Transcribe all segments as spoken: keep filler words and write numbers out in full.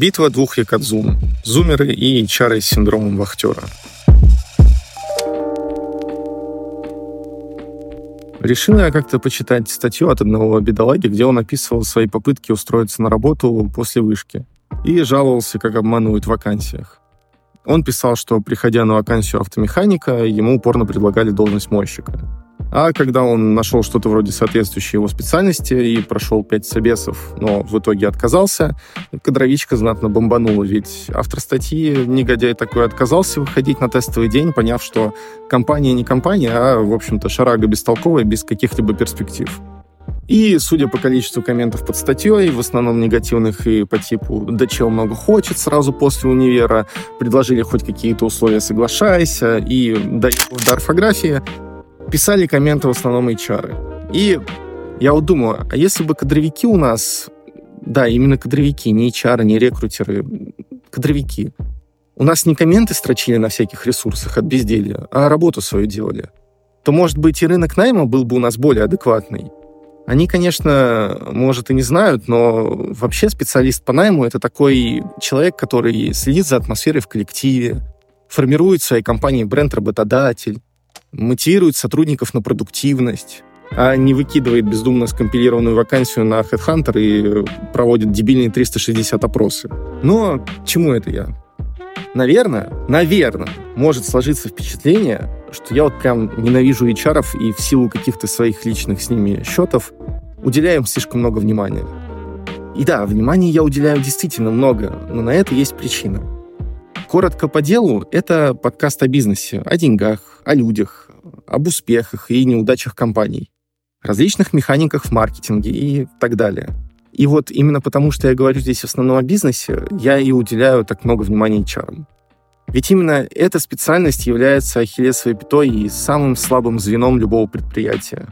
Битва двух якадзун. Зумеры и эйч ар с синдромом вахтера. Решил я как-то почитать статью от одного бедолаги, где он описывал свои попытки устроиться на работу после вышки и жаловался, как обманывают в вакансиях. Он писал, что, приходя на вакансию автомеханика, ему упорно предлагали должность мойщика. А когда он нашел что-то вроде соответствующей его специальности и прошел пять собесов, но в итоге отказался, кадровичка знатно бомбанула, ведь автор статьи, негодяй такой, отказался выходить на тестовый день, поняв, что компания не компания, а, в общем-то, шарага бестолковая, без каких-либо перспектив. И, судя по количеству комментов под статьей, в основном негативных и по типу «да чего много хочет» сразу после универа, предложили хоть какие-то условия «соглашайся» и «дай до орфографии», писали комменты в основном эйч ар. И я вот думаю, а если бы кадровики у нас, да, именно кадровики, не эйч ар, не рекрутеры, кадровики, у нас не комменты строчили на всяких ресурсах от безделья, а работу свою делали, то, может быть, и рынок найма был бы у нас более адекватный. Они, конечно, может, и не знают, но вообще специалист по найму — это такой человек, который следит за атмосферой в коллективе, формирует в своей компании бренд-работодатель, мотивирует сотрудников на продуктивность, а не выкидывает бездумно скомпилированную вакансию на HeadHunter и проводит дебильные триста шестьдесят опросы. Но к чему это я? Наверное, наверное, может сложиться впечатление, что я вот прям ненавижу эйч ар-ов и в силу каких-то своих личных с ними счетов уделяю им слишком много внимания. И да, внимания я уделяю действительно много, но на это есть причина. Коротко по делу, это подкаст о бизнесе, о деньгах, о людях, об успехах и неудачах компаний, различных механиках в маркетинге и так далее. И вот именно потому, что я говорю здесь в основном о бизнесе, я и уделяю так много внимания эйч ар-ам. Ведь именно эта специальность является ахиллесовой пятой и самым слабым звеном любого предприятия.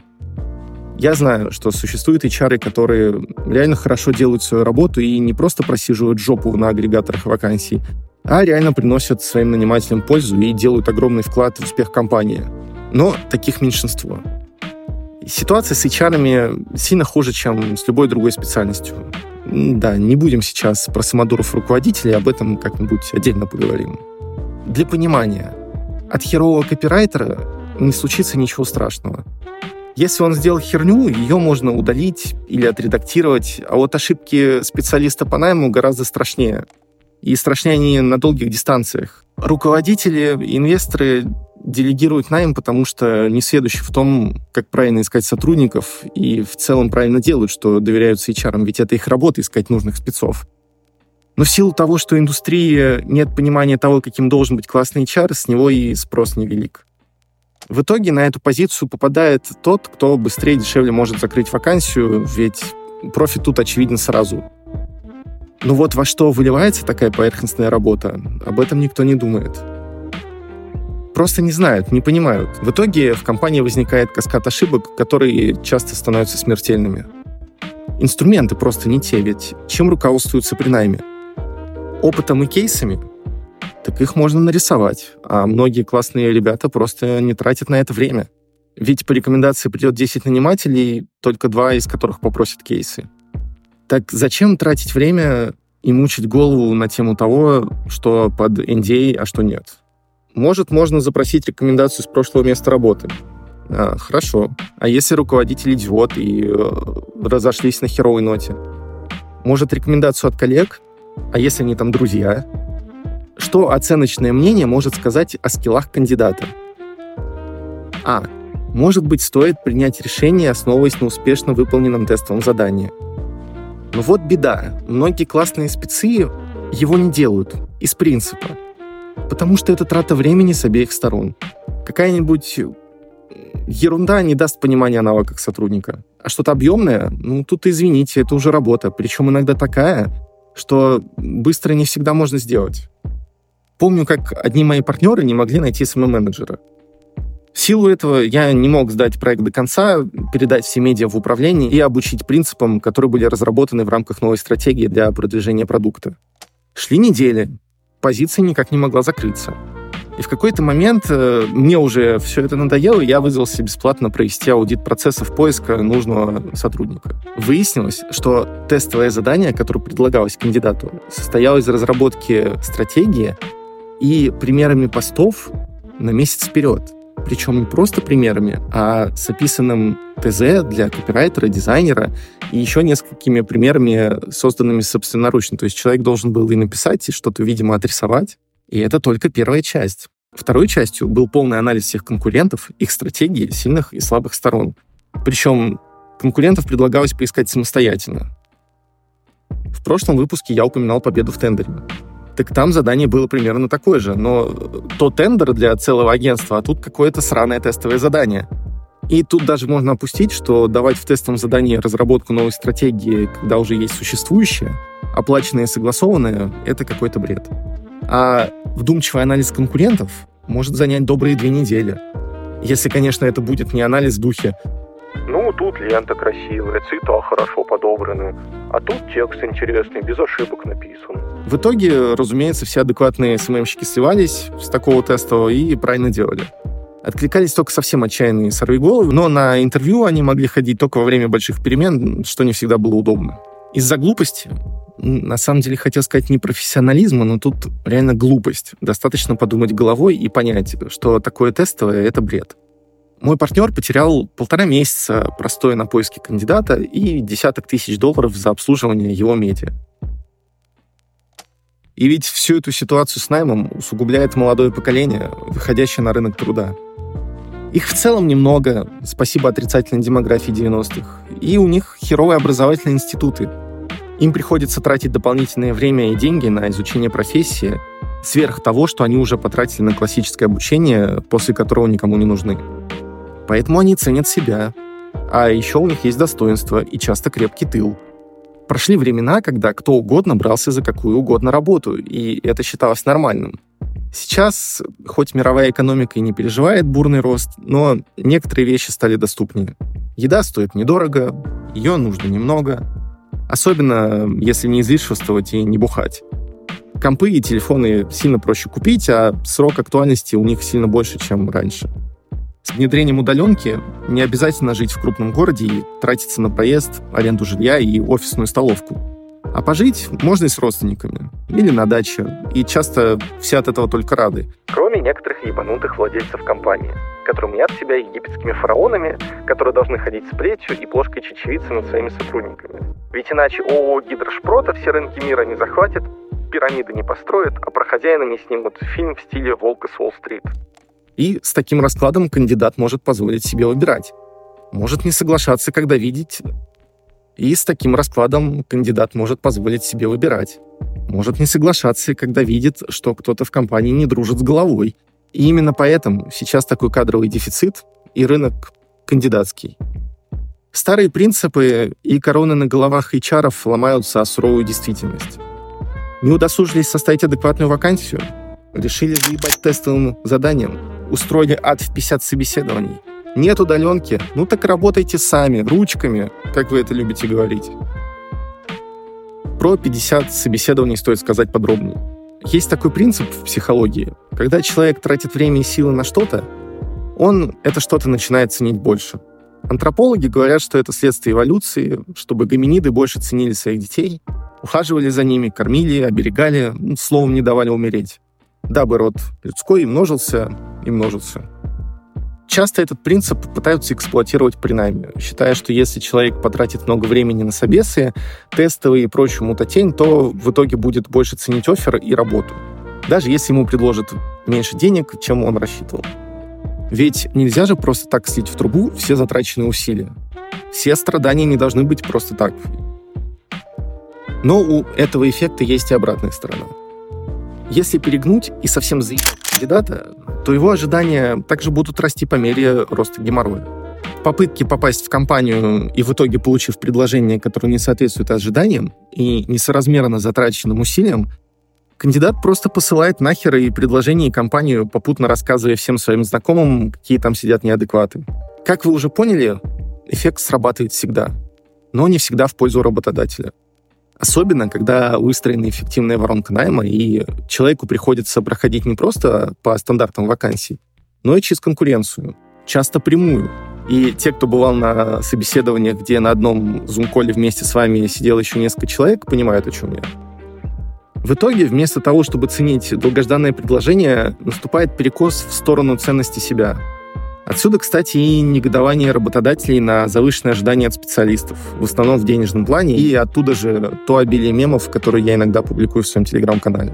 Я знаю, что существуют эйч ар, которые реально хорошо делают свою работу и не просто просиживают жопу на агрегаторах вакансий, а реально приносят своим нанимателям пользу и делают огромный вклад в успех компании. Но таких меньшинство. Ситуация с эйч ар-ами сильно хуже, чем с любой другой специальностью. Да, не будем сейчас про самодуров руководителей, об этом как-нибудь отдельно поговорим. Для понимания, от херового копирайтера не случится ничего страшного. Если он сделал херню, ее можно удалить или отредактировать, а вот ошибки специалиста по найму гораздо страшнее. И страшнее они на долгих дистанциях. Руководители, инвесторы делегируют найм, потому что не сведущи в том, как правильно искать сотрудников, и в целом правильно делают, что доверяются эйч ар-ам, ведь это их работа — искать нужных спецов. Но в силу того, что в индустрии нет понимания того, каким должен быть классный эйч ар, с него и спрос невелик. В итоге на эту позицию попадает тот, кто быстрее и дешевле может закрыть вакансию, ведь профит тут очевиден сразу. Но вот во что выливается такая поверхностная работа, об этом никто не думает. Просто не знают, не понимают. В итоге в компании возникает каскад ошибок, которые часто становятся смертельными. Инструменты просто не те, ведь чем руководствуются при найме? Опытом и кейсами? Так их можно нарисовать, а многие классные ребята просто не тратят на это время. Ведь по рекомендации придет десять нанимателей, только два из которых попросят кейсы. Так зачем тратить время и мучить голову на тему того, что под эн ди эй, а что нет? Может, можно запросить рекомендацию с прошлого места работы. А, хорошо. А если руководитель идиот и э, разошлись на херовой ноте? Может, рекомендацию от коллег? А если они там друзья? Что оценочное мнение может сказать о скиллах кандидата? А, может быть, стоит принять решение, основываясь на успешно выполненном тестовом задании. Но вот беда. Многие классные спецы его не делают. Из принципа. Потому что это трата времени с обеих сторон. Какая-нибудь ерунда не даст понимания о навыках сотрудника. А что-то объемное, ну, тут, извините, это уже работа. Причем иногда такая, что быстро не всегда можно сделать. Помню, как одни мои партнеры не могли найти эс эм эм-менеджера. В силу этого я не мог сдать проект до конца, передать все медиа в управление и обучить принципам, которые были разработаны в рамках новой стратегии для продвижения продукта. Шли недели. Позиция никак не могла закрыться. И в какой-то момент э, мне уже все это надоело, и я вызвался бесплатно провести аудит процессов поиска нужного сотрудника. Выяснилось, что тестовое задание, которое предлагалось кандидату, состояло из разработки стратегии и примерами постов на месяц вперед. Причем не просто примерами, а с описанным ТЗ для копирайтера, дизайнера и еще несколькими примерами, созданными собственноручно. То есть человек должен был и написать, и что-то, видимо, отрисовать. И это только первая часть. Второй частью был полный анализ всех конкурентов, их стратегий, сильных и слабых сторон. Причем конкурентов предлагалось поискать самостоятельно. В прошлом выпуске я упоминал победу в тендере. Так там задание было примерно такое же, но то тендер для целого агентства, а тут какое-то сраное тестовое задание. И тут даже можно опустить, что давать в тестовом задании разработку новой стратегии, когда уже есть существующая, оплаченная и согласованная, это какой-то бред. А вдумчивый анализ конкурентов может занять добрые две недели. Если, конечно, это будет не анализ в духе «Ну, тут лента красивая, цвета хорошо подобраны, а тут текст интересный, без ошибок написан». В итоге, разумеется, все адекватные эс эм эм-щики сливались с такого тестового и правильно делали. Откликались только совсем отчаянные сорвиголовы, но на интервью они могли ходить только во время больших перемен, что не всегда было удобно. Из-за глупости, на самом деле хотел сказать не профессионализма, но тут реально глупость. Достаточно подумать головой и понять, что такое тестовое — это бред. Мой партнер потерял полтора месяца простоя на поиске кандидата и десяток тысяч долларов за обслуживание его медиа. И ведь всю эту ситуацию с наймом усугубляет молодое поколение, выходящее на рынок труда. Их в целом немного, спасибо отрицательной демографии девяностых, и у них херовые образовательные институты. Им приходится тратить дополнительное время и деньги на изучение профессии, сверх того, что они уже потратили на классическое обучение, после которого никому не нужны. Поэтому они ценят себя. А еще у них есть достоинство и часто крепкий тыл. Прошли времена, когда кто угодно брался за какую угодно работу, и это считалось нормальным. Сейчас, хоть мировая экономика и не переживает бурный рост, но некоторые вещи стали доступнее. Еда стоит недорого, ее нужно немного. Особенно, если не излишествовать и не бухать. Компы и телефоны сильно проще купить, а срок актуальности у них сильно больше, чем раньше. С внедрением удаленки не обязательно жить в крупном городе и тратиться на проезд, аренду жилья и офисную столовку. А пожить можно и с родственниками. Или на даче. И часто все от этого только рады. Кроме некоторых ебанутых владельцев компании, которые мнят себя египетскими фараонами, которые должны ходить с плетью и плошкой чечевицы над своими сотрудниками. Ведь иначе ООО «Гидрошпрота» все рынки мира не захватит, пирамиды не построят, а про хозяина не снимут фильм в стиле «Волка с Уолл-стрит». И с таким раскладом кандидат может позволить себе выбирать. Может не соглашаться, когда видеть. И с таким раскладом кандидат может позволить себе выбирать. Может не соглашаться, когда видит, что кто-то в компании не дружит с головой. И именно поэтому сейчас такой кадровый дефицит и рынок кандидатский. Старые принципы и короны на головах эйч ар-ов ломаются о суровую действительность. Не удосужились составить адекватную вакансию? Решили заебать тестовым заданием? Устроили ад в пятьдесят собеседований? Нет удаленки? Ну так работайте сами, ручками, как вы это любите говорить. Про пятьдесят собеседований стоит сказать подробнее. Есть такой принцип в психологии. Когда человек тратит время и силы на что-то, он это что-то начинает ценить больше. Антропологи говорят, что это следствие эволюции, чтобы гоминиды больше ценили своих детей, ухаживали за ними, кормили, оберегали, словом, не давали умереть, дабы род людской и множился, и множился. Часто этот принцип пытаются эксплуатировать при найме, считая, что если человек потратит много времени на собесы, тестовые и прочую мутатень, то в итоге будет больше ценить оффер и работу, даже если ему предложат меньше денег, чем он рассчитывал. Ведь нельзя же просто так слить в трубу все затраченные усилия. Все страдания не должны быть просто так. Но у этого эффекта есть и обратная сторона. Если перегнуть и совсем заебать кандидата, то его ожидания также будут расти по мере роста геморроя. В попытке попасть в компанию и в итоге получив предложение, которое не соответствует ожиданиям и несоразмерно затраченным усилиям, кандидат просто посылает нахер и предложение, и компанию, попутно рассказывая всем своим знакомым, какие там сидят неадекваты. Как вы уже поняли, эффект срабатывает всегда, но не всегда в пользу работодателя. Особенно, когда выстроена эффективная воронка найма, и человеку приходится проходить не просто по стандартам вакансий, но и через конкуренцию, часто прямую. И те, кто бывал на собеседованиях, где на одном зум-коле вместе с вами сидело еще несколько человек, понимают, о чем я. В итоге, вместо того, чтобы ценить долгожданное предложение, наступает перекос в сторону ценности себя. Отсюда, кстати, и негодование работодателей на завышенные ожидания от специалистов, в основном в денежном плане, и оттуда же то обилие мемов, которые я иногда публикую в своем телеграм-канале.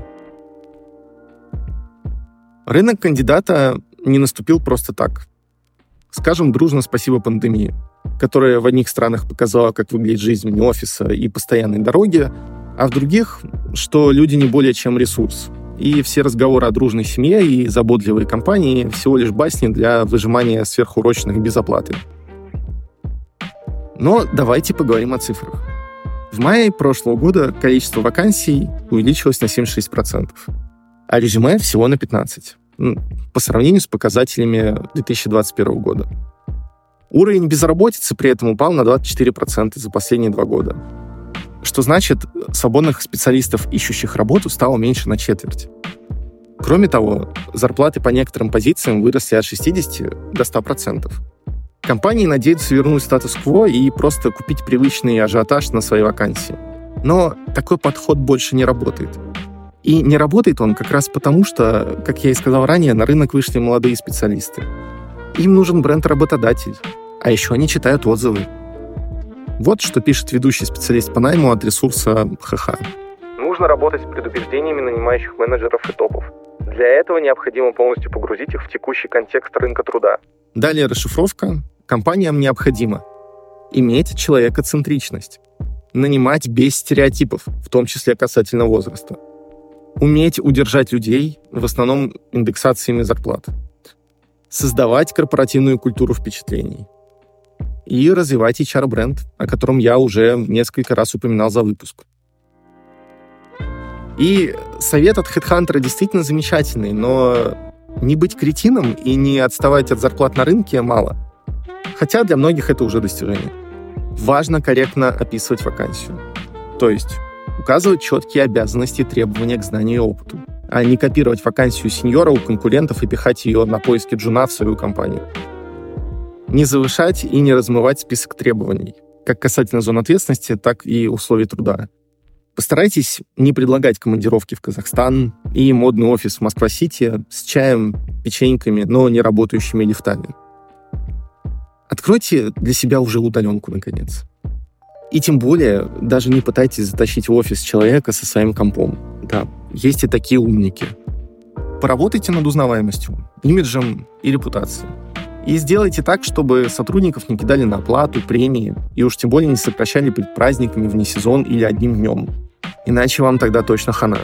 Рынок кандидата не наступил просто так. Скажем дружно спасибо пандемии, которая в одних странах показала, как выглядит жизнь вне офиса и постоянной дороги, а в других, что люди не более чем ресурс. И все разговоры о дружной семье и заботливой компании всего лишь басни для выжимания сверхурочных без оплаты. Но давайте поговорим о цифрах. В мае прошлого года количество вакансий увеличилось на семьдесят шесть процентов, а резюме всего на пятнадцать процентов, по сравнению с показателями две тысячи двадцать первого года. Уровень безработицы при этом упал на двадцать четыре процента за последние два года. Что значит, свободных специалистов, ищущих работу, стало меньше на четверть. Кроме того, зарплаты по некоторым позициям выросли от шестидесяти до ста процентов. Компании надеются вернуть статус-кво и просто купить привычный ажиотаж на свои вакансии. Но такой подход больше не работает. И не работает он как раз потому, что, как я и сказал ранее, на рынок вышли молодые специалисты. Им нужен бренд-работодатель, а еще они читают отзывы. Вот что пишет ведущий специалист по найму от ресурса ха-ха. Нужно работать с предубеждениями нанимающих менеджеров и топов. Для этого необходимо полностью погрузить их в текущий контекст рынка труда. Далее расшифровка. Компаниям необходимо иметь человекоцентричность, нанимать без стереотипов, в том числе касательно возраста, уметь удержать людей, в основном индексациями зарплат, создавать корпоративную культуру впечатлений и развивать эйч ар-бренд, о котором я уже несколько раз упоминал за выпуск. И совет от HeadHunter действительно замечательный, но не быть кретином и не отставать от зарплат на рынке мало. Хотя для многих это уже достижение. Важно корректно описывать вакансию. То есть указывать четкие обязанности и требования к знанию и опыту, а не копировать вакансию сеньора у конкурентов и пихать ее на поиски джуна в свою компанию. Не завышать и не размывать список требований, как касательно зон ответственности, так и условий труда. Постарайтесь не предлагать командировки в Казахстан и модный офис в Москва-Сити с чаем, печеньками, но не работающими лифтами. Откройте для себя уже удаленку, наконец. И тем более даже не пытайтесь затащить в офис человека со своим компом. Да, есть и такие умники. Поработайте над узнаваемостью, имиджем и репутацией. И сделайте так, чтобы сотрудников не кидали на оплату, премии, и уж тем более не сокращали перед праздниками вне сезон или одним днем. Иначе вам тогда точно хана.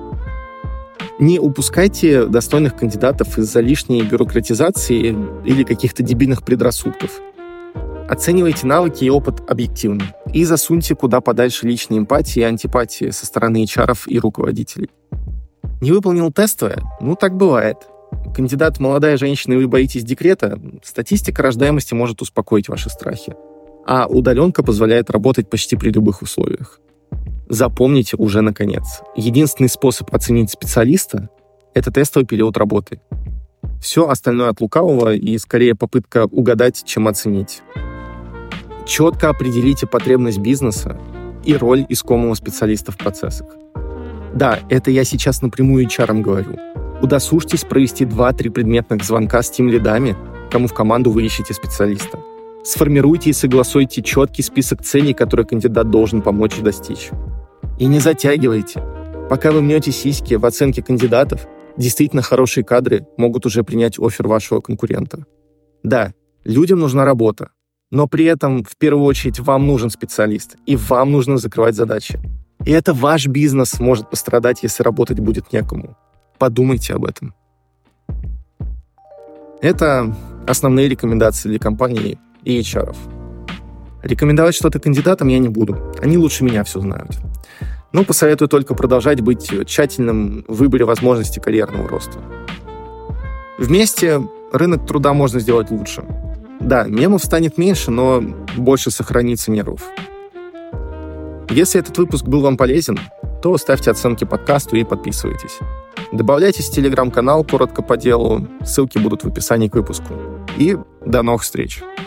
Не упускайте достойных кандидатов из-за лишней бюрократизации или каких-то дебильных предрассудков. Оценивайте навыки и опыт объективно. И засуньте куда подальше личные эмпатии и антипатии со стороны эйч ар-ов и руководителей. Не выполнил тестовое? Ну, так бывает. Кандидат молодая женщина, и вы боитесь декрета, статистика рождаемости может успокоить ваши страхи. А удаленка позволяет работать почти при любых условиях. Запомните уже наконец. Единственный способ оценить специалиста — это тестовый период работы. Все остальное от лукавого и скорее попытка угадать, чем оценить. Четко определите потребность бизнеса и роль искомого специалиста в процессах. Да, это я сейчас напрямую эйч ар-ам говорю. Удосужьтесь провести два-три предметных звонка с тимлидами, кому в команду вы ищете специалиста. Сформируйте и согласуйте четкий список целей, которые кандидат должен помочь достичь. И не затягивайте. Пока вы мнете сиськи в оценке кандидатов, действительно хорошие кадры могут уже принять оффер вашего конкурента. Да, людям нужна работа, но при этом в первую очередь вам нужен специалист, и вам нужно закрывать задачи. И это ваш бизнес может пострадать, если работать будет некому. Подумайте об этом. Это основные рекомендации для компаний и эйч ар-ов. Рекомендовать что-то кандидатам я не буду. Они лучше меня все знают. Но посоветую только продолжать быть тщательным в выборе возможностей карьерного роста. Вместе рынок труда можно сделать лучше. Да, мемов станет меньше, но больше сохранится нервов. Если этот выпуск был вам полезен, то ставьте оценки подкасту и подписывайтесь. Добавляйтесь в телеграм-канал «Коротко по делу», ссылки будут в описании к выпуску. И до новых встреч!